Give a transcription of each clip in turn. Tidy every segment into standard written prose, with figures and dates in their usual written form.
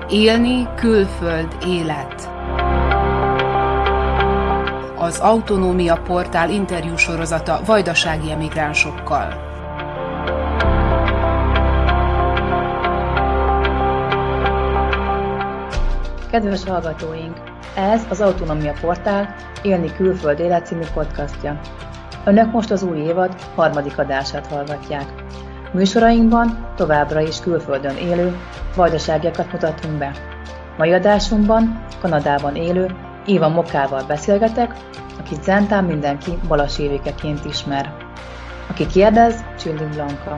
Élni külföld élet. Az Autonómia Portál interjúsorozata vajdasági emigránsokkal. Kedves hallgatóink! Ez az Autonómia Portál Élni külföld élet című podcastja. Önök most az új évad harmadik adását hallgatják. Műsorainkban továbbra is külföldön élő vajdaságiakat mutatunk be. Mai adásunkban Kanadában élő Éva Mokával beszélgetek, akit zentán mindenki Balas Évikeként ismer. Aki kérdez, Csilling Blanka.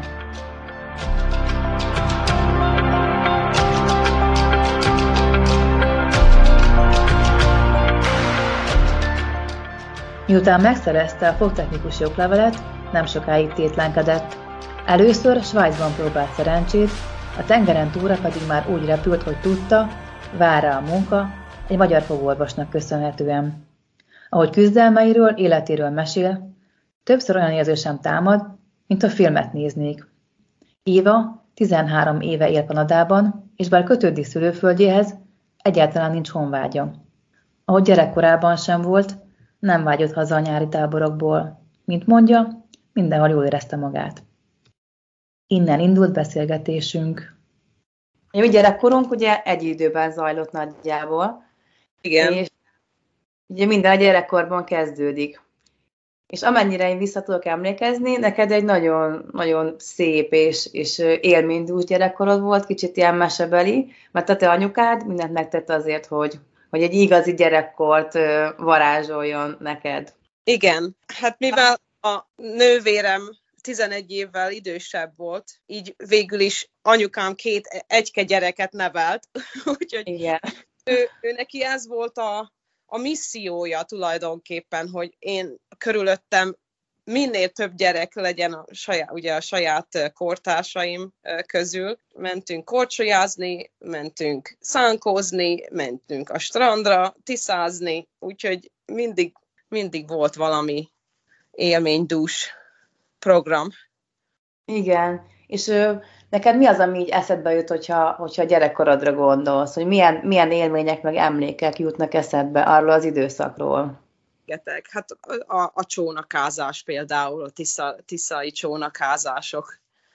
Miután megszerezte a fogtechnikusi oklevelet, nem sokáig tétlenkedett. Először Svájcban próbált szerencsét, a tengeren túlra pedig már úgy repült, hogy tudta, vár rá a munka, egy magyar fogorvosnak köszönhetően. Ahogy küzdelmeiről, életéről mesél, többször olyan érzésem támad, mint a filmet néznék. Éva 13 éve él Kanadában, és bár kötődik szülőföldjéhez, egyáltalán nincs honvágya. Ahogy gyerekkorában sem volt, nem vágyott haza a nyári táborokból. Mint mondja, mindenhol jól érezte magát. Innen indult beszélgetésünk. A mi gyerekkorunk ugye egy időben zajlott nagyjából. Igen. És ugye minden a gyerekkorban kezdődik. És amennyire én vissza tudok emlékezni, neked egy nagyon, nagyon szép és élménydús gyerekkorod volt, kicsit ilyen mesebeli, mert a te anyukád mindent megtett azért, hogy egy igazi gyerekkort varázsoljon neked. Igen, hát mivel a nővérem 11 évvel idősebb volt, így végül is anyukám 2 egyke gyereket nevelt, úgyhogy Igen. Ő neki ez volt a missziója tulajdonképpen, hogy én körülöttem minél több gyerek legyen a saját kortársaim közül. Mentünk korcsolyázni, mentünk szánkózni, mentünk a strandra, tiszázni, úgyhogy mindig volt valami élménydús program. Igen, és neked mi az, ami így eszedbe jut, hogyha gyerekkorodra gondolsz, hogy milyen élmények meg emlékek jutnak eszedbe arról az időszakról? Hát a csónakázás például, a tiszai csónakázások,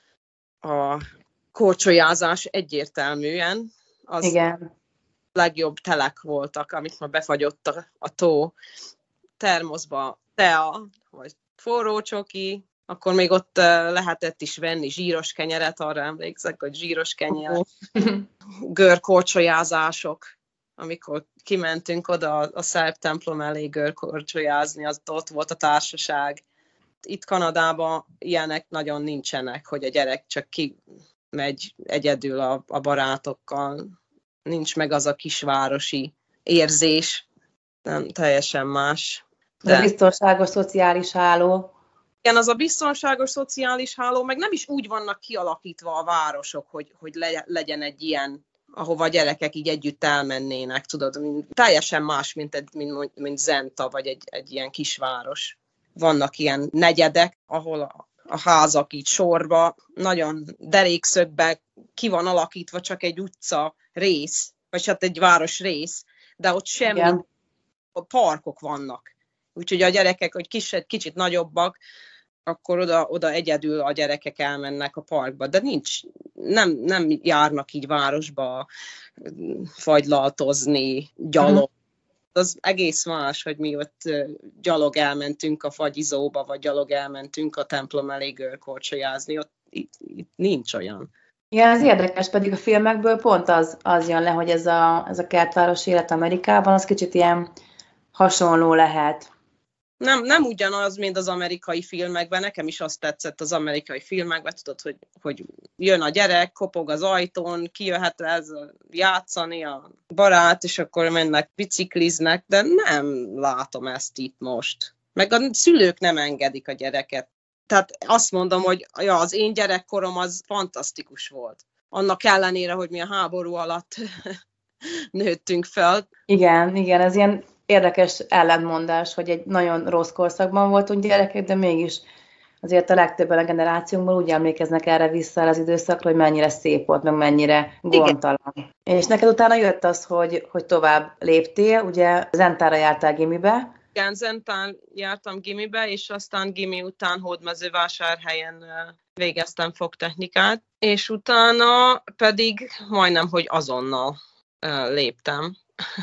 a korcsolyázás egyértelműen, az Igen. legjobb telek voltak, amit ma befagyott a tó, termoszba tea, vagy forró csoki, akkor még ott lehetett is venni zsíros kenyeret, arra emlékszek, hogy zsíros kenyeret, görkorcsolyázások, amikor kimentünk oda a szerb templom elé görkorcsolyázni, ott volt a társaság. Itt Kanadában ilyenek nagyon nincsenek, hogy a gyerek csak kimegy egyedül a barátokkal. Nincs meg az a kisvárosi érzés, nem teljesen más. De... A biztonságos szociális háló. Igen, az a biztonságos szociális háló, meg nem is úgy vannak kialakítva a városok, hogy legyen egy ilyen, ahova a gyerekek így együtt elmennének, tudod, teljesen más, mint Zenta, vagy egy ilyen kisváros. Vannak ilyen negyedek, ahol a házak így sorba, nagyon derékszögbe ki van alakítva csak egy utca rész, vagy hát egy város rész, de ott semmi, igen. A parkok vannak. Úgyhogy a gyerekek, hogy kicsit nagyobbak, akkor oda egyedül a gyerekek elmennek a parkba. De nem járnak így városba fagylaltozni, gyalog. Az egész más, hogy mi ott gyalog elmentünk a fagyizóba, vagy gyalog elmentünk a templom elé görkorcsolyázni. Ott itt nincs olyan. Igen, ez érdekes, pedig a filmekből pont az jön le, hogy ez a kertváros élet Amerikában, az kicsit ilyen hasonló lehet. Nem ugyanaz, mint az amerikai filmekben. Nekem is azt tetszett az amerikai filmekben, tudod, hogy jön a gyerek, kopog az ajtón, kijöhet ez játszani a barát, és akkor mennek, bicikliznek, de nem látom ezt itt most. Meg a szülők nem engedik a gyereket. Tehát azt mondom, hogy az én gyerekkorom az fantasztikus volt. Annak ellenére, hogy mi a háború alatt nőttünk fel. Igen, ez ilyen érdekes ellentmondás, hogy egy nagyon rossz korszakban voltunk gyerekek, de mégis azért a legtöbben a generációnkból úgy emlékeznek erre vissza az időszakra, hogy mennyire szép volt, meg mennyire gondtalan. Igen. És neked utána jött az, hogy tovább léptél, ugye Zentára jártál gimibe. Igen, Zentán jártam gimibe, és aztán gimi után Hódmezővásárhelyen végeztem fogtechnikát, és utána pedig majdnem, hogy azonnal léptem.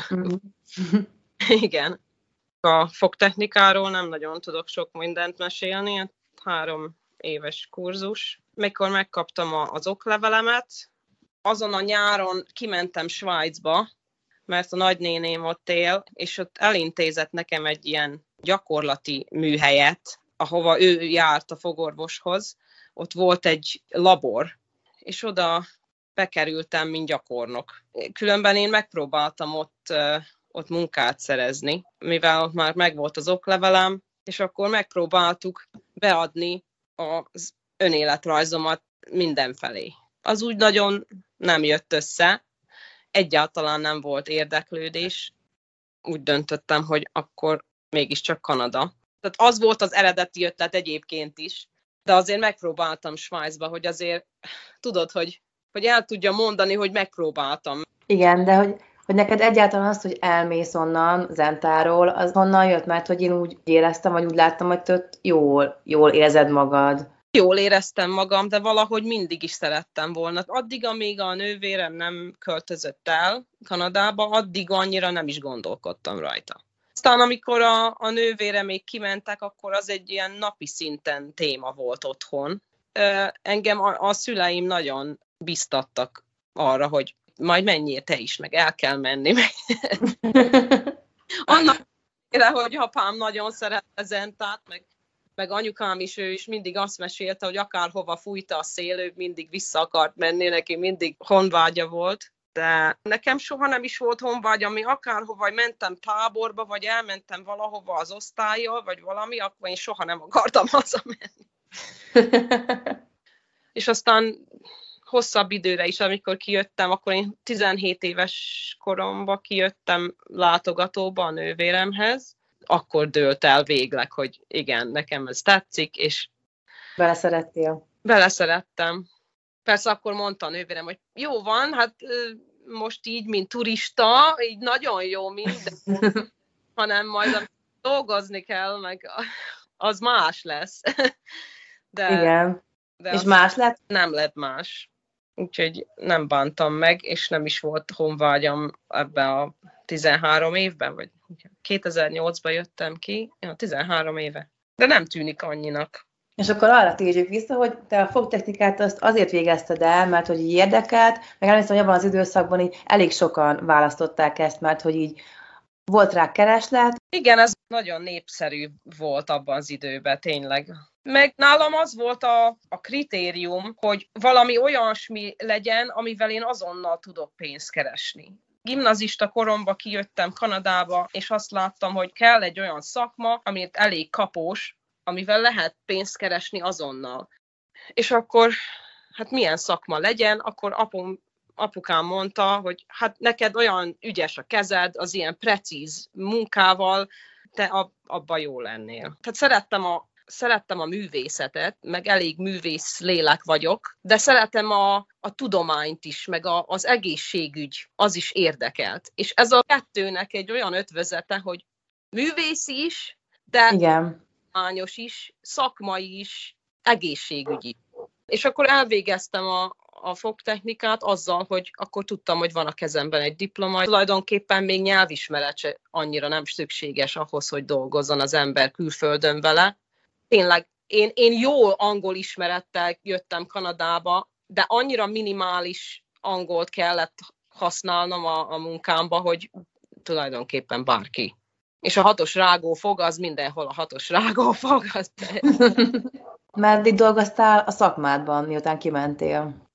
Igen. A fogtechnikáról nem nagyon tudok sok mindent mesélni, 3 éves kurzus. Mikor megkaptam az oklevelemet, azon a nyáron kimentem Svájcba, mert a nagynéném ott él, és ott elintézett nekem egy ilyen gyakorlati műhelyet, ahova ő járt a fogorvoshoz. Ott volt egy labor, és oda bekerültem, mint gyakornok. Különben én megpróbáltam ott munkát szerezni, mivel ott már megvolt az oklevelem, és akkor megpróbáltuk beadni az önéletrajzomat mindenfelé. Az úgy nagyon nem jött össze, egyáltalán nem volt érdeklődés. Úgy döntöttem, hogy akkor mégiscsak Kanada. Tehát az volt az eredeti ötlet egyébként is, de azért megpróbáltam Svájcba, hogy azért tudod, hogy el tudja mondani, hogy megpróbáltam. Igen, de hogy neked egyáltalán az, hogy elmész onnan, Zentáról, az honnan jött? Mert hogy én úgy éreztem, vagy úgy láttam, hogy te jól érzed magad. Jól éreztem magam, de valahogy mindig is szerettem volna. Addig, amíg a nővérem nem költözött el Kanadába, addig annyira nem is gondolkodtam rajta. Aztán amikor a nővéremék kimentek, akkor az egy ilyen napi szinten téma volt otthon. Engem a szüleim nagyon biztattak arra, hogy majd menjél te is, meg el kell menni. Annak, hogy apám nagyon szerette Zentát, meg anyukám is, ő is mindig azt mesélte, hogy akárhova fújta a szél, ő mindig vissza akart menni, neki mindig honvágya volt. De nekem soha nem is volt honvágy, ami akárhova mentem táborba, vagy elmentem valahova az osztállyal, vagy valami, akkor én soha nem akartam hazamenni. És aztán hosszabb időre is, amikor kijöttem, akkor én 17 éves koromban kijöttem látogatóba a nővéremhez, akkor dőlt el végleg, hogy igen, nekem ez tetszik, és beleszerettél? Beleszerettem. Persze akkor mondta a nővérem, hogy jó van, hát most így, mint turista, így nagyon jó minden, hanem majd dolgozni kell, meg az más lesz. Igen. De és más lett? Nem lett más. Úgyhogy nem bántam meg, és nem is volt honvágyam ebben a 13 évben, vagy 2008-ban jöttem ki, 13 éve. De nem tűnik annyinak. És akkor arra térjük vissza, hogy te a fogtechnikát azt azért végezted el, mert hogy így érdekelt, meg emlékszem, hogy abban az időszakban így elég sokan választották ezt, mert hogy így volt rá kereslet. Igen, ez nagyon népszerű volt abban az időben, tényleg. Meg nálam az volt a kritérium, hogy valami olyasmi legyen, amivel én azonnal tudok pénzt keresni. Gimnazista koromban kijöttem Kanadába, és azt láttam, hogy kell egy olyan szakma, amit elég kapós, amivel lehet pénzt keresni azonnal. És akkor, hát milyen szakma legyen, akkor apukám mondta, hogy hát neked olyan ügyes a kezed, az ilyen precíz munkával, te abban jó lennél. Tehát szerettem a művészetet, meg elég művész lélek vagyok, de szeretem a tudományt is, meg az egészségügy, az is érdekelt. És ez a kettőnek egy olyan ötvözete, hogy művész is, de tudományos is, szakmai is, egészségügyi. És akkor elvégeztem a fogtechnikát azzal, hogy akkor tudtam, hogy van a kezemben egy diploma. Tulajdonképpen még nyelvismeret se annyira nem szükséges ahhoz, hogy dolgozzon az ember külföldön vele. Tényleg, én jó angol ismerettel jöttem Kanadába, de annyira minimális angolt kellett használnom a munkámba, hogy tulajdonképpen bárki. És a 6-os rágófog, az mindenhol a 6-os rágófog. Meddig dolgoztál a szakmádban, miután kimentél?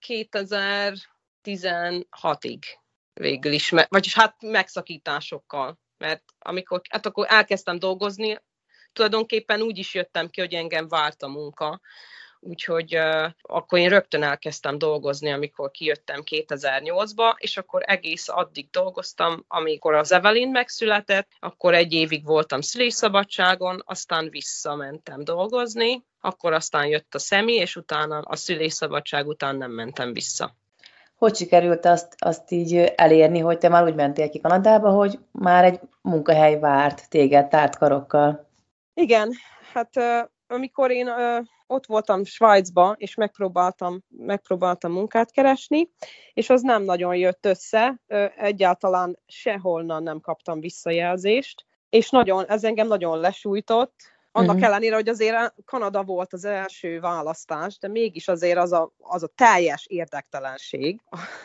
2016-ig végül is, vagyis hát megszakításokkal, mert akkor elkezdtem dolgozni, tulajdonképpen úgy is jöttem ki, hogy engem várt a munka, úgyhogy akkor én rögtön elkezdtem dolgozni, amikor kijöttem 2008-ba, és akkor egész addig dolgoztam, amikor az Evelyn megszületett, akkor 1 évig voltam szülésszabadságon, aztán visszamentem dolgozni, akkor aztán jött a szemi, és utána a szülésszabadság után nem mentem vissza. Hogy sikerült azt így elérni, hogy te már úgy mentél ki Kanadába, hogy már egy munkahely várt téged tárt karokkal? Igen, hát amikor én ott voltam Svájcba, és megpróbáltam munkát keresni, és az nem nagyon jött össze, egyáltalán sehonnan nem kaptam visszajelzést, és ez engem nagyon lesújtott, annak ellenére, hogy azért Kanada volt az első választás, de mégis azért az a teljes érdektelenség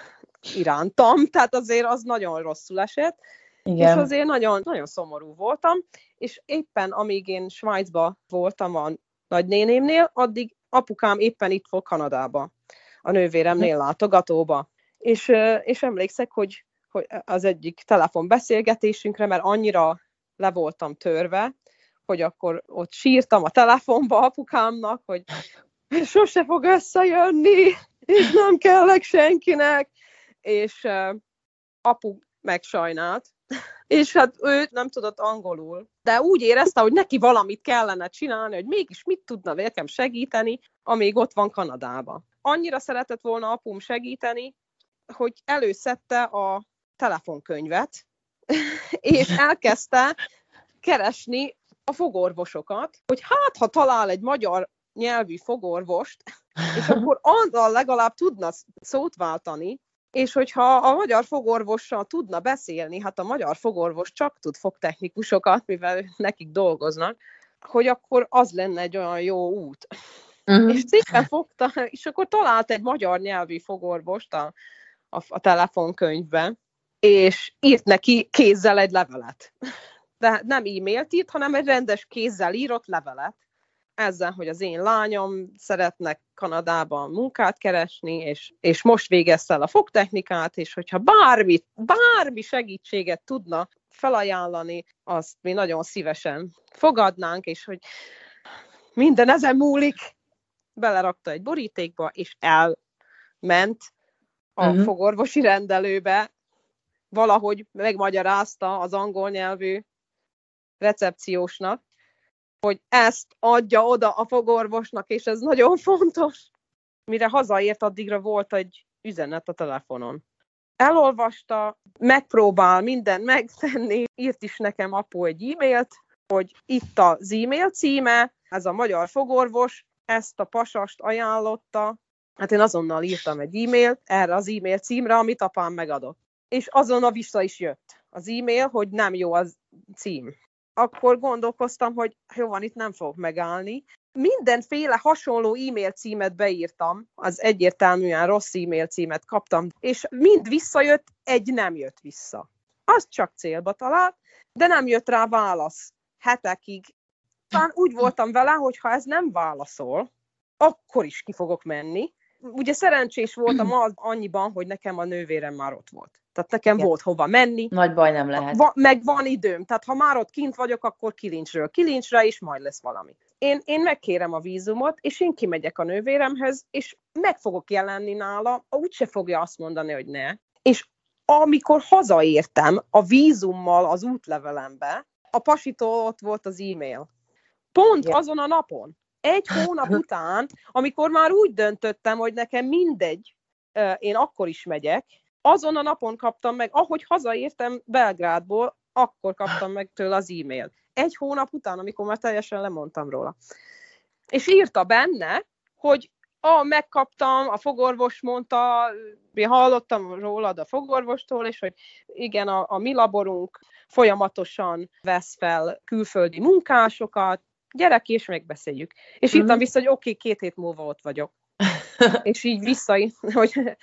irántam, tehát azért az nagyon rosszul esett, igen. És azért nagyon, nagyon szomorú voltam, és éppen amíg én Svájcba voltam a nagynénémnél, addig apukám éppen itt volt Kanadába, a nővéremnél látogatóba. És emlékszek, hogy az egyik telefonbeszélgetésünkre, mert annyira le voltam törve, hogy akkor ott sírtam a telefonba apukámnak, hogy sose fog összejönni, és nem kellek senkinek, és apu megsajnált, és hát ő nem tudott angolul, de úgy érezte, hogy neki valamit kellene csinálni, hogy mégis mit tudna nekem segíteni, amíg ott van Kanadában. Annyira szeretett volna apum segíteni, hogy előszedte a telefonkönyvet, és elkezdte keresni a fogorvosokat, hogy hát, ha talál egy magyar nyelvű fogorvost, és akkor azzal legalább tudna szót váltani, és hogyha a magyar fogorvossal tudna beszélni, hát a magyar fogorvos csak tud fogtechnikusokat, mivel nekik dolgoznak, hogy akkor az lenne egy olyan jó út. És szépen fogta, és akkor talált egy magyar nyelvű fogorvost a telefonkönyvben, és írt neki kézzel egy levelet. De nem e-mailt írt, hanem egy rendes kézzel írott levelet. Ezzel, hogy az én lányom szeretne Kanadában munkát keresni, és most végezte el a fogtechnikát, és hogyha bármi segítséget tudna felajánlani, azt mi nagyon szívesen fogadnánk, és hogy minden ezen múlik. Belerakta egy borítékba, és elment a fogorvosi rendelőbe, valahogy megmagyarázta az angol nyelvű recepciósnak, hogy ezt adja oda a fogorvosnak, és ez nagyon fontos. Mire hazaért, addigra volt egy üzenet a telefonon. Elolvasta, megpróbál mindent megtenni, írt is nekem apu egy e-mailt, hogy itt az e-mail címe, ez a magyar fogorvos, ezt a pasast ajánlotta. Hát én azonnal írtam egy e-mailt erre az e-mail címre, amit apám megadott. És azonnal vissza is jött az e-mail, hogy nem jó az cím. Akkor gondolkoztam, hogy jó van, itt nem fogok megállni. Mindenféle hasonló e-mail címet beírtam, az egyértelműen rossz e-mail címet kaptam, és mind visszajött, egy nem jött vissza. Az csak célba talált, de nem jött rá válasz hetekig. Talán úgy voltam vele, hogy ha ez nem válaszol, akkor is ki fogok menni. Ugye szerencsés voltam annyiban, hogy nekem a nővérem már ott volt. Tehát nekem volt hova menni. Nagy baj nem lehet. Meg van időm. Tehát ha már ott kint vagyok, akkor kilincsre, és majd lesz valami. Én megkérem a vízumot, és én kimegyek a nővéremhez, és meg fogok jelenni nála, úgyse fogja azt mondani, hogy ne. És amikor hazaértem a vízummal az útlevelembe, a pasitól ott volt az e-mail. Pont azon a napon. Egy hónap után, amikor már úgy döntöttem, hogy nekem mindegy, én akkor is megyek, azon a napon kaptam meg, ahogy hazaértem Belgrádból, akkor kaptam meg tőle az e-mail. Egy hónap után, amikor már teljesen lemondtam róla. És írta benne, hogy megkaptam, a fogorvos mondta, én hallottam rólad a fogorvostól, és hogy igen, a mi laborunk folyamatosan vesz fel külföldi munkásokat, gyere ki, és megbeszéljük. És írtam vissza, hogy oké, 2 hét múlva ott vagyok. És így vissza, hogy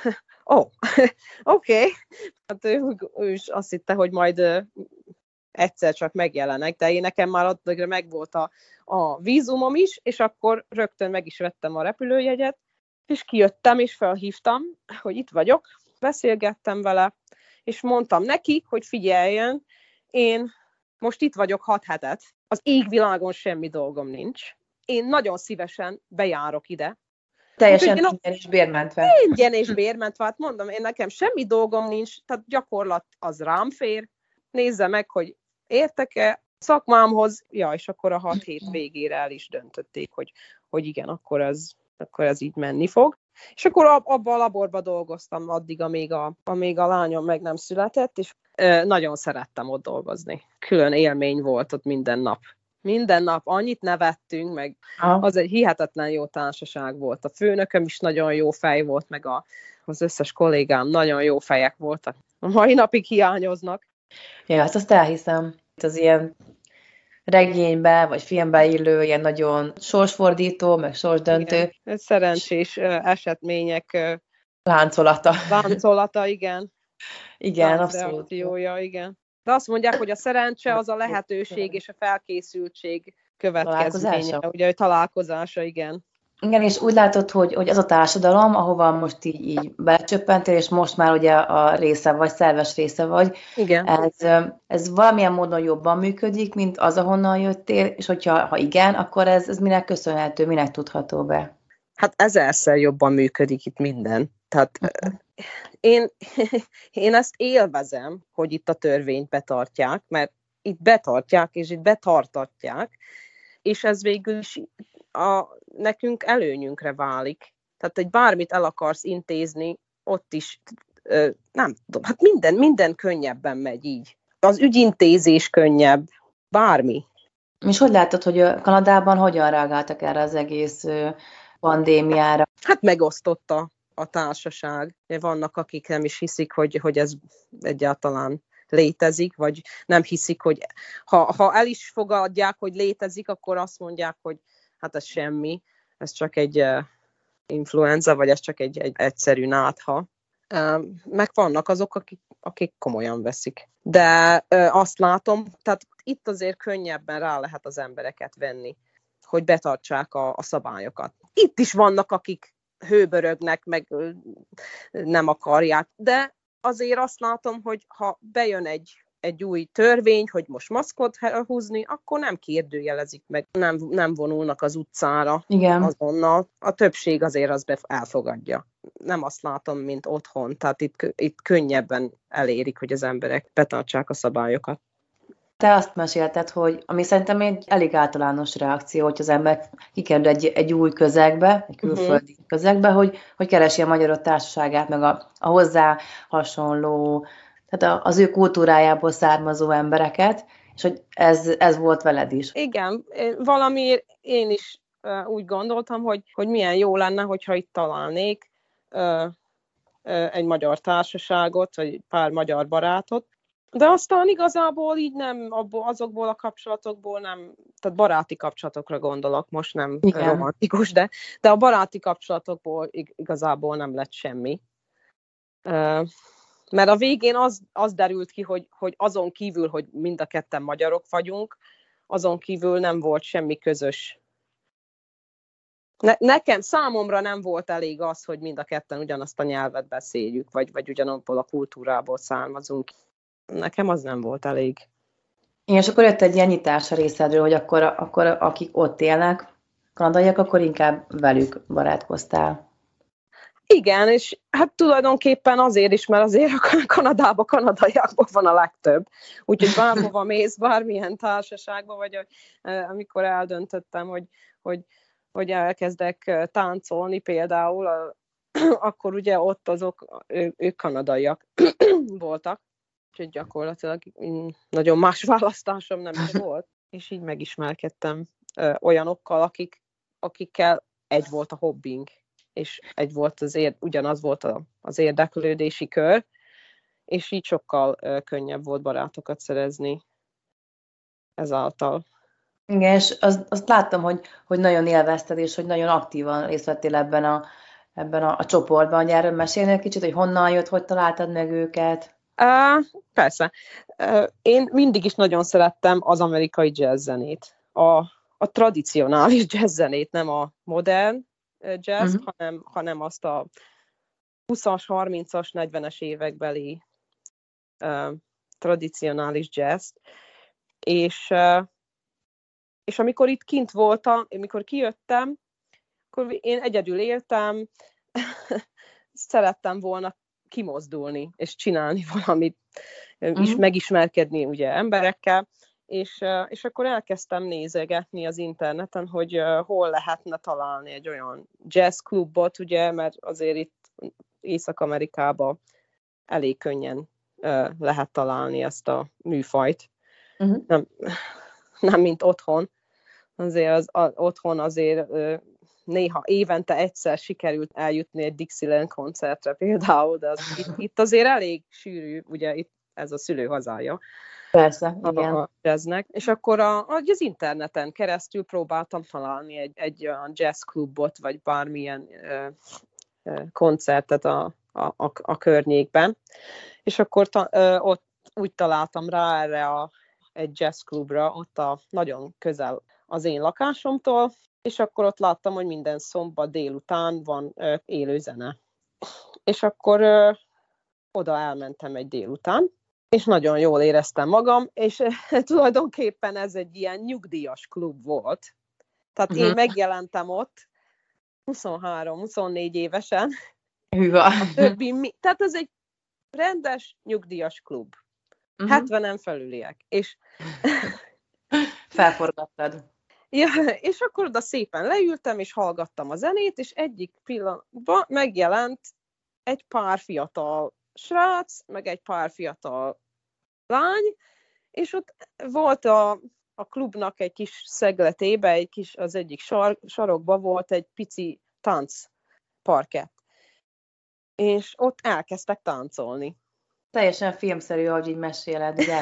oké. Hát ő is azt hitte, hogy majd egyszer csak megjelenek, de én nekem már addigra megvolt a vízumom is, és akkor rögtön meg is vettem a repülőjegyet, és kijöttem, és felhívtam, hogy itt vagyok, beszélgettem vele, és mondtam neki, hogy figyeljen, én most itt vagyok 6 hetet, az égvilágon semmi dolgom nincs. Én nagyon szívesen bejárok ide. Teljesen ingyen és bérmentve. Ingyen és bérmentve, hát mondom, én nekem semmi dolgom nincs, tehát gyakorlat az rám fér. Nézze meg, hogy értek-e, szakmámhoz, és akkor a 6 hét végére el is döntötték, hogy igen, akkor ez így menni fog. És akkor abban a laborban dolgoztam addig, amíg a lányom meg nem született, és nagyon szerettem ott dolgozni. Külön élmény volt ott minden nap. Minden nap annyit nevettünk, meg az egy hihetetlen jó társaság volt. A főnököm is nagyon jó fej volt, meg az összes kollégám nagyon jó fejek voltak. A mai napig hiányoznak. Ja, azt elhiszem. Az ilyen regénybe, vagy filmbe illő, ilyen nagyon sorsfordító, meg sorsdöntő. Igen, szerencsés esetmények. Láncolata, igen. Igen, abszolút. Igen. De azt mondják, hogy a szerencse az a lehetőség és a felkészültség következménye. Ugye, a találkozása, igen. Igen, és úgy látod, hogy az a társadalom, ahova most így belecsöppentél, és most már ugye a része vagy, szerves része vagy, igen. Ez valamilyen módon jobban működik, mint az, ahonnan jöttél, és ha igen, akkor ez minek köszönhető, minek tudható be? Hát ezerszer jobban működik itt minden. Tehát én ezt élvezem, hogy itt a törvényt betartják, mert itt betartják, és itt betartatják, és ez végül is nekünk előnyünkre válik. Tehát, hogy bármit el akarsz intézni, ott is, nem tudom, hát minden könnyebben megy így. Az ügyintézés könnyebb, bármi. És hogy látod, hogy Kanadában hogyan reagáltak erre az egész pandémiára? Hát megosztotta a társaság. Vannak, akik nem is hiszik, hogy ez egyáltalán létezik, vagy nem hiszik, hogy ha el is fogadják, hogy létezik, akkor azt mondják, hogy hát ez semmi, ez csak egy influenza, vagy ez csak egy egyszerű nátha. Meg vannak azok, akik komolyan veszik. De azt látom, tehát itt azért könnyebben rá lehet az embereket venni, hogy betartsák a szabályokat. Itt is vannak, akik hőbörögnek, meg nem akarják, de azért azt látom, hogy ha bejön egy új törvény, hogy most maszkot húzni, akkor nem kérdőjelezik meg, nem vonulnak az utcára. Igen. Azonnal. A többség azért azt elfogadja. Nem azt látom, mint otthon, tehát itt könnyebben elérik, hogy az emberek betartsák a szabályokat. Te azt mesélted, hogy ami szerintem egy elég általános reakció, hogy az ember kikerül egy új közegbe, egy külföldi közegbe, hogy keresi a magyarok társaságát, meg a hozzá hasonló, tehát az ő kultúrájából származó embereket, és hogy ez volt veled is. Igen, valamiért én is úgy gondoltam, hogy milyen jó lenne, hogyha itt találnék egy magyar társaságot, vagy pár magyar barátot, de aztán igazából így nem, azokból a kapcsolatokból nem, tehát baráti kapcsolatokra gondolok, most nem romantikus, de a baráti kapcsolatokból igazából nem lett semmi. Mert a végén az derült ki, hogy azon kívül, hogy mind a ketten magyarok vagyunk, azon kívül nem volt semmi közös. Számomra nem volt elég az, hogy mind a ketten ugyanazt a nyelvet beszéljük, vagy ugyanabból a kultúrából származunk. Nekem az nem volt elég. És akkor jött egy ilyen nyitás a részedről, hogy akkor akik ott élnek, kanadaiak, akkor inkább velük barátkoztál. Igen, és hát tulajdonképpen azért is, mert azért a Kanadában kanadaiakból van a legtöbb. Úgyhogy bárhova mész, bármilyen társaságba, vagy amikor eldöntöttem, hogy elkezdek táncolni például, akkor ugye ott ők kanadaiak voltak. Úgyhogy gyakorlatilag nagyon más választásom nem is volt. És így megismerkedtem olyanokkal, akikkel egy volt a hobbink, és egy volt ugyanaz volt az érdeklődési kör, és így sokkal könnyebb volt barátokat szerezni ezáltal. Igen, és azt láttam, hogy nagyon élvezted, és hogy nagyon aktívan részt vettél ebben a csoportban, hogy erről mesélnél kicsit, hogy honnan jött, hogy találtad meg őket? Persze. Én mindig is nagyon szerettem az amerikai jazzzenét. A tradicionális jazzzenét, nem a modern jazz, hanem azt a 20-as, 30-as, 40-es évekbeli tradicionális jazz. És amikor itt kint voltam, amikor kijöttem, akkor én egyedül éltem, szerettem volna kimozdulni, és csinálni valamit, és megismerkedni ugye emberekkel, és akkor elkezdtem nézegetni az interneten, hogy hol lehetne találni egy olyan jazzklubot, ugye, mert azért itt Észak-Amerikában elég könnyen lehet találni ezt a műfajt. Nem mint otthon. Azért otthon azért néha évente egyszer sikerült eljutni egy Dixieland koncertre például, de itt azért elég sűrű, ugye itt ez a szülőhazája. Persze, igen. A jazznek. És akkor az interneten keresztül próbáltam találni egy olyan jazzklubot, vagy bármilyen koncertet a környékben. És akkor ott úgy találtam rá erre egy jazzklubra, ott nagyon közel az én lakásomtól, és akkor ott láttam, hogy minden szombat délután van élő zene. És akkor oda elmentem egy délután, és nagyon jól éreztem magam, és tulajdonképpen ez egy ilyen nyugdíjas klub volt. Tehát én megjelentem ott 23-24 évesen. Hűha. Tehát ez egy rendes nyugdíjas klub. 70-en felüliek. És felforgattad. Ja, és akkor oda szépen leültem, és hallgattam a zenét, és egyik pillanatban megjelent egy pár fiatal srác, meg egy pár fiatal lány, és ott volt a klubnak egy kis szegletébe, az egyik sarokba volt egy pici táncparkett. És ott elkezdtek táncolni. Teljesen filmszerű, ahogy így meséled, ugye?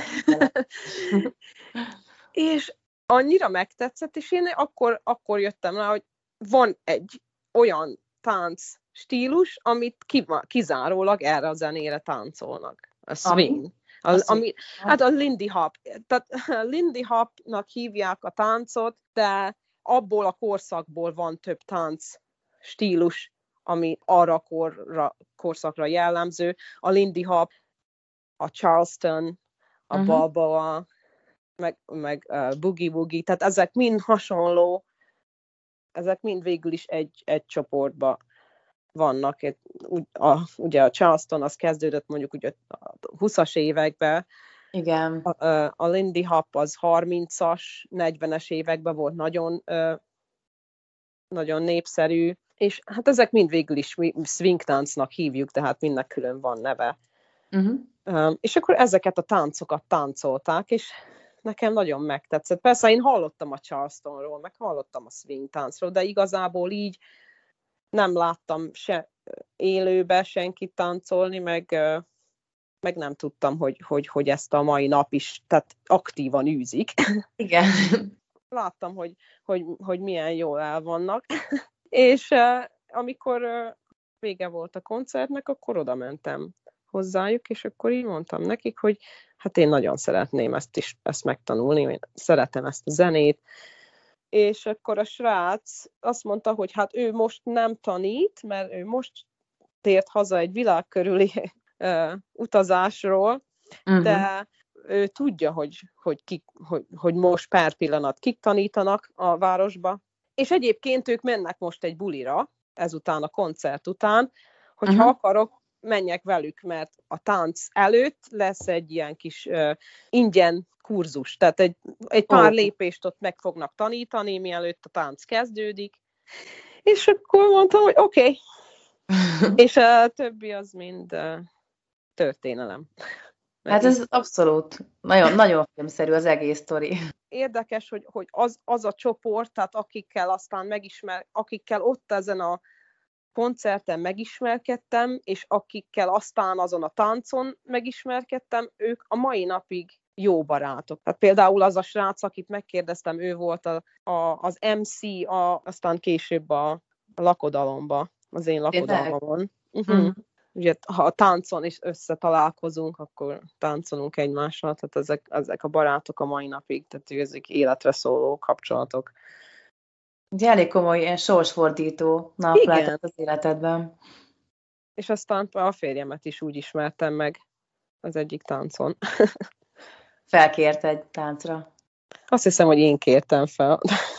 És annyira megtetszett, és én akkor jöttem rá, hogy van egy olyan tánc stílus, amit kizárólag erre a zenére táncolnak. A swing. Hát a Lindy Hop. Tehát Lindy Hopnak hívják a táncot, de abból a korszakból van több tánc stílus, ami arra korszakra jellemző. A Lindy Hop, a Charleston, a Balboa, meg Boogie Woogie, tehát ezek mind hasonló, ezek mind végül is egy csoportban vannak. Ugye a Charleston az kezdődött mondjuk ugye a 20-as években. Igen. A Lindy Hop az 30-as, 40-es években volt nagyon, nagyon népszerű, és hát ezek mind végül is swing táncnak hívjuk, tehát mindnek külön van neve. És akkor ezeket a táncokat táncolták, és nekem nagyon megtetszett. Persze én hallottam a Charlestonról, meg hallottam a swing táncról, de igazából így nem láttam se élőbe senkit táncolni, meg nem tudtam, hogy ezt a mai nap is, tehát aktívan űzik. Igen. Láttam, hogy milyen jól el vannak. És amikor vége volt a koncertnek, akkor oda mentem hozzájuk, és akkor így mondtam nekik, hogy hát én nagyon szeretném ezt megtanulni, én szeretem ezt a zenét, és akkor a srác azt mondta, hogy hát ő most nem tanít, mert ő most tért haza egy világkörüli utazásról, de ő tudja, hogy most pár pillanat kik tanítanak a városba, és egyébként ők mennek most egy bulira, ezután a koncert után, hogyha akarok, menjek velük, mert a tánc előtt lesz egy ilyen kis ingyen kurzus, tehát egy pár lépést ott meg fognak tanítani, mielőtt a tánc kezdődik. És akkor mondtam, hogy oké. És a többi az mind történelem. Hát ez abszolút nagyon, nagyon filmszerű az egész sztori. Érdekes, hogy az a csoport, tehát akikkel ott ezen a koncerten megismerkedtem, és akikkel aztán azon a táncon megismerkedtem, ők a mai napig jó barátok. Tehát például az a srác, akit megkérdeztem, ő volt az MC, aztán később a lakodalomba, az én lakodalmamon. Ugye, ha a táncon is összetalálkozunk, akkor táncolunk egymással, tehát ezek a barátok a mai napig, tehát ezek életre szóló kapcsolatok. Ugye elég komoly ilyen sorsfordító nap lehetett az életedben. És aztán a férjemet is úgy ismertem meg az egyik táncon. Felkért egy táncra. Azt hiszem, hogy én kértem fel.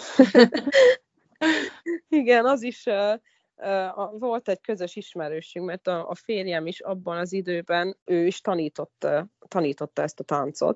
Igen, az is volt egy közös ismerősünk, mert a férjem is abban az időben, ő is tanította ezt a táncot.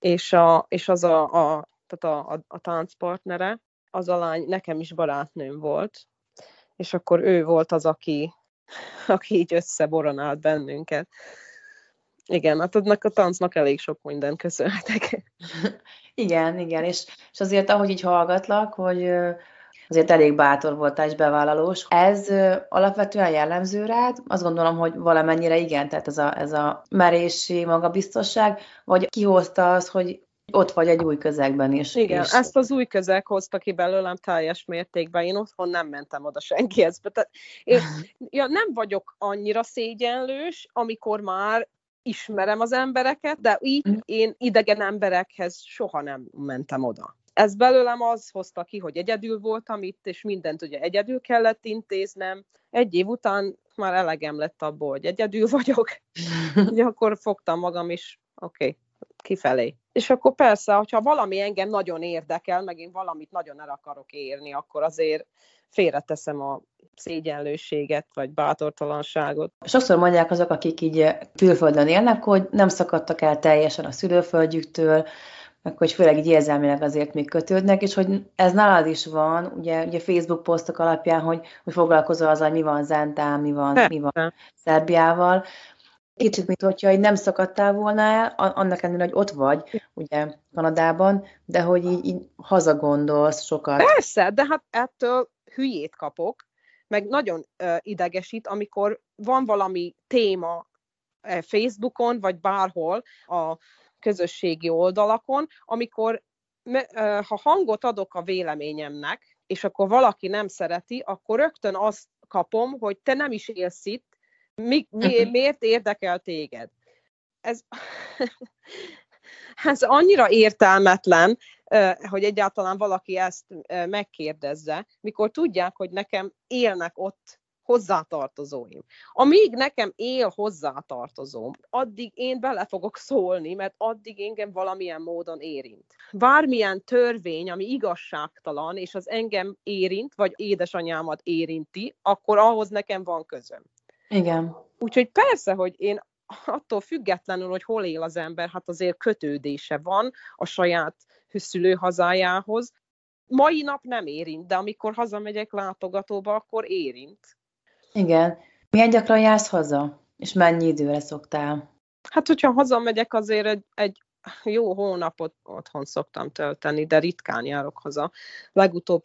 és az tehát a táncpartnere, az a lány nekem is barátnőm volt, és akkor ő volt az, aki így összeboronált bennünket. Igen, hát adnak a táncnak elég sok mindent köszönhetek. Igen, és azért, ahogy így hallgatlak, hogy azért elég bátor voltál és bevállalós. Ez alapvetően jellemző rád? Azt gondolom, hogy valamennyire igen, tehát ez a merészség, magabiztosság, vagy kihozta az, hogy ott vagy egy új közegben is. Igen, ezt az új közeg hozta ki belőlem teljes mértékben. Én otthon nem mentem oda senkihez. Tehát nem vagyok annyira szégyenlős, amikor már ismerem az embereket, de így én idegen emberekhez soha nem mentem oda. Ez belőlem az hozta ki, hogy egyedül voltam itt, és mindent ugye egyedül kellett intéznem. Egy év után már elegem lett abból, hogy egyedül vagyok. Ugye akkor fogtam magam is, oké, kifelé. És akkor persze, hogyha valami engem nagyon érdekel, meg én valamit nagyon el akarok érni, akkor azért félreteszem a szégyenlőséget, vagy bátortalanságot. Sokszor mondják azok, akik így külföldön élnek, hogy nem szakadtak el teljesen a szülőföldjüktől, meg hogy főleg így érzelmileg azért még kötődnek, és hogy ez nálad is van, ugye Facebook posztok alapján, hogy foglalkozol azzal, hogy mi van Zentán, mi van Szerbiával. Kicsit, mint hogyha így nem szakadtál volna el, annak ellenére, hogy ott vagy, ugye, Kanadában, de hogy így hazagondolsz sokat. Persze, de hát ettől hülyét kapok, meg nagyon idegesít, amikor van valami téma Facebookon, vagy bárhol a közösségi oldalakon, amikor ha hangot adok a véleményemnek, és akkor valaki nem szereti, akkor rögtön azt kapom, hogy te nem is élsz itt, miért érdekel téged? Ez annyira értelmetlen, hogy egyáltalán valaki ezt megkérdezze, mikor tudják, hogy nekem élnek ott hozzátartozóim. Amíg nekem él hozzátartozóm, addig én bele fogok szólni, mert addig engem valamilyen módon érint. Bármilyen törvény, ami igazságtalan, és az engem érint, vagy édesanyámat érinti, akkor ahhoz nekem van közöm. Igen. Úgyhogy persze, hogy én attól függetlenül, hogy hol él az ember, hát azért kötődése van a saját szülőhazájához. Mai nap nem érint, de amikor hazamegyek látogatóba, akkor érint. Igen. Milyen gyakran jársz haza? És mennyi időre szoktál? Hát, hogyha hazamegyek, azért egy jó hónapot otthon szoktam tölteni, de ritkán járok haza. Legutóbb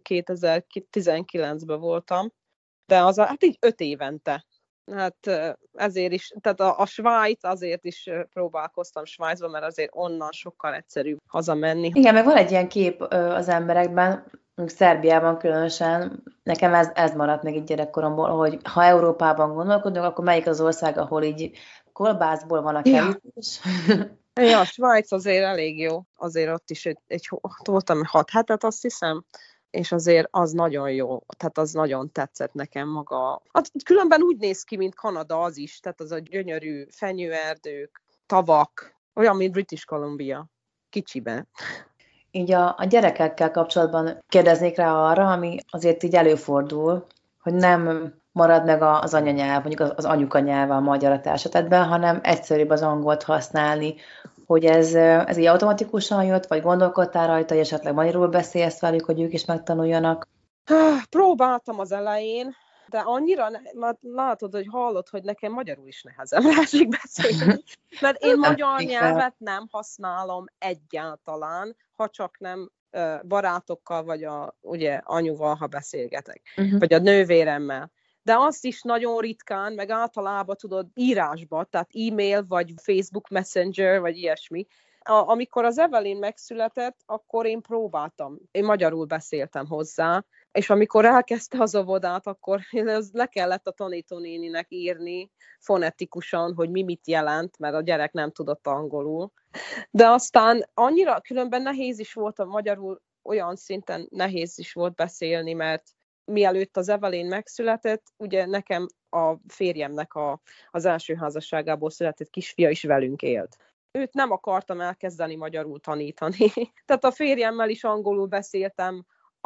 2019-ben voltam, de az hát így 5 évente. Hát ezért is, tehát a Svájc, azért is próbálkoztam Svájcba, mert azért onnan sokkal egyszerűbb hazamenni. Igen, meg van egy ilyen kép az emberekben, Szerbiában különösen, nekem ez maradt még így gyerekkoromból, hogy ha Európában gondolkodunk, akkor melyik az ország, ahol így kolbászból van a kerítés? Ja, a Svájc azért elég jó. Azért ott is ott voltam 6 hetet, azt hiszem, és azért az nagyon jó, tehát az nagyon tetszett nekem maga. Hát különben úgy néz ki, mint Kanada az is, tehát az a gyönyörű fenyőerdők, tavak, olyan, mint British Columbia, kicsiben. Így a gyerekekkel kapcsolatban kérdeznék rá arra, ami azért így előfordul, hogy nem marad meg az anyanyelv, mondjuk az anyukanyelve a magyar a társadalomban, hanem egyszerűbb az angolt használni, hogy ez így automatikusan jött, vagy gondolkodtál rajta, hogy esetleg magyarul beszélsz velük, hogy ők is megtanuljanak? Próbáltam az elején, de annyira, mert látod, hogy hallod, hogy nekem magyarul is nehezebbre esik beszélni, mert én magyar nyelvet nem használom egyáltalán, ha csak nem barátokkal, vagy ugye anyuval, ha beszélgetek, vagy a nővéremmel. De azt is nagyon ritkán, meg általában tudod írásba, tehát e-mail, vagy Facebook Messenger, vagy ilyesmi. Amikor az Evelyn megszületett, akkor én próbáltam. Én magyarul beszéltem hozzá, és amikor elkezdte az óvodát, akkor le kellett a tanítónéninek írni fonetikusan, hogy mit jelent, mert a gyerek nem tudott angolul. De aztán annyira különben nehéz is volt a magyarul, olyan szinten nehéz is volt beszélni, mert mielőtt az Evelyn megszületett, ugye nekem a férjemnek az első házasságából született kisfia is velünk élt. Őt nem akartam elkezdeni magyarul tanítani. Tehát a férjemmel is angolul beszéltem,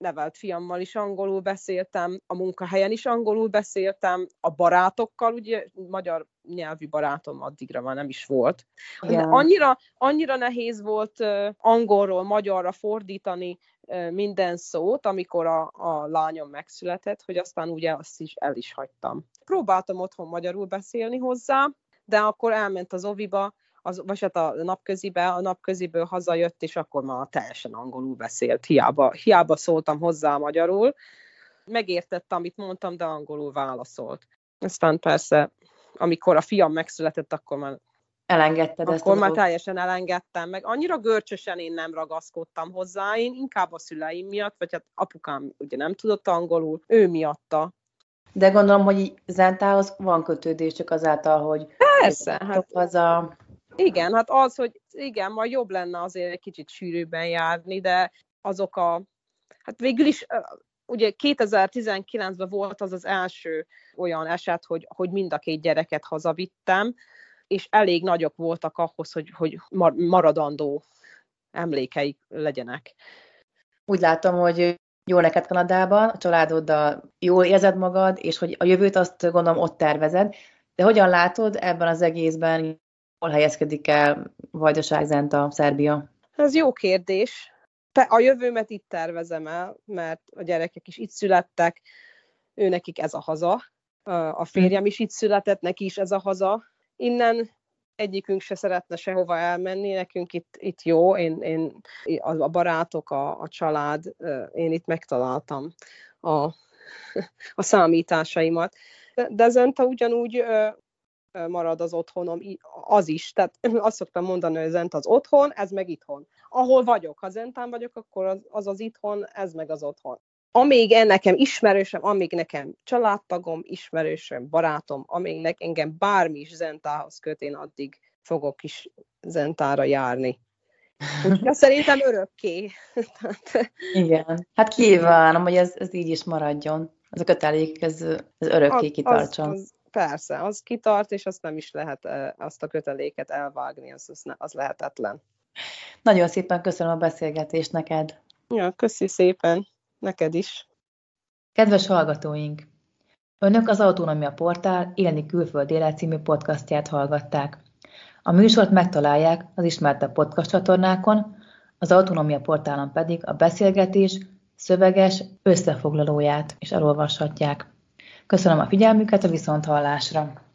nevelt fiammal is angolul beszéltem, a munkahelyen is angolul beszéltem, a barátokkal, ugye magyar nyelvű barátom addigra már nem is volt. Annyira nehéz volt angolról magyarra fordítani minden szót, amikor a lányom megszületett, hogy aztán ugye azt is el is hagytam. Próbáltam otthon magyarul beszélni hozzá, de akkor elment az oviba, vagy hát a napköziből hazajött, és akkor már teljesen angolul beszélt. Hiába szóltam hozzá magyarul. Megértette, amit mondtam, de angolul válaszolt. Aztán persze, amikor a fiam megszületett, akkor már elengedted ezt. Akkor már teljesen elengedtem, meg annyira görcsösen én nem ragaszkodtam hozzá, én inkább a szüleim miatt, vagy hát apukám ugye nem tudott angolul, ő miatta. De gondolom, hogy Zentához van kötődés csak azáltal, hogy persze, hát haza. Igen, hát az, hogy igen, majd jobb lenne azért egy kicsit sűrűbben járni, de azok hát végül is, ugye 2019-ben volt az első olyan eset, hogy mind a két gyereket hazavittem, és elég nagyok voltak ahhoz, hogy maradandó emlékeik legyenek. Úgy látom, hogy jó neked Kanadában, a családoddal jól érzed magad, és hogy a jövőt azt gondolom ott tervezed, de hogyan látod ebben az egészben, hol helyezkedik el Vajdaság, Zenta, Szerbia? Ez jó kérdés. A jövőmet itt tervezem el, mert a gyerekek is itt születtek, nekik ez a haza. A férjem is itt született, neki is ez a haza. Innen egyikünk se szeretne sehova elmenni, nekünk itt jó, én a barátok, a család, én itt megtaláltam a számításaimat. De Zenta ugyanúgy marad az otthonom, az is. Tehát azt szoktam mondani, hogy Zenta az otthon, ez meg itthon. Ahol vagyok, ha Zentán vagyok, akkor az itthon, ez meg az otthon. Amíg nekem ismerősöm, amíg nekem családtagom, ismerősöm, barátom, amíg engem bármi is Zentához köt, én addig fogok is Zentára járni. Úgyhogy szerintem örökké. Igen. Hát kívánom, hogy ez így is maradjon. Ez a kötelék, ez örökké kitartson. Persze, az kitart, és azt nem is lehet azt a köteléket elvágni, az lehetetlen. Nagyon szépen köszönöm a beszélgetést neked. Ja, köszi szépen. Neked is. Kedves hallgatóink! Önök az Autonómia Portál Élni külföld élet című podcastját hallgatták. A műsort megtalálják az ismertebb podcast csatornákon, az Autonómia Portálon pedig a beszélgetés szöveges összefoglalóját is elolvashatják. Köszönöm a figyelmüket, a viszonthallásra!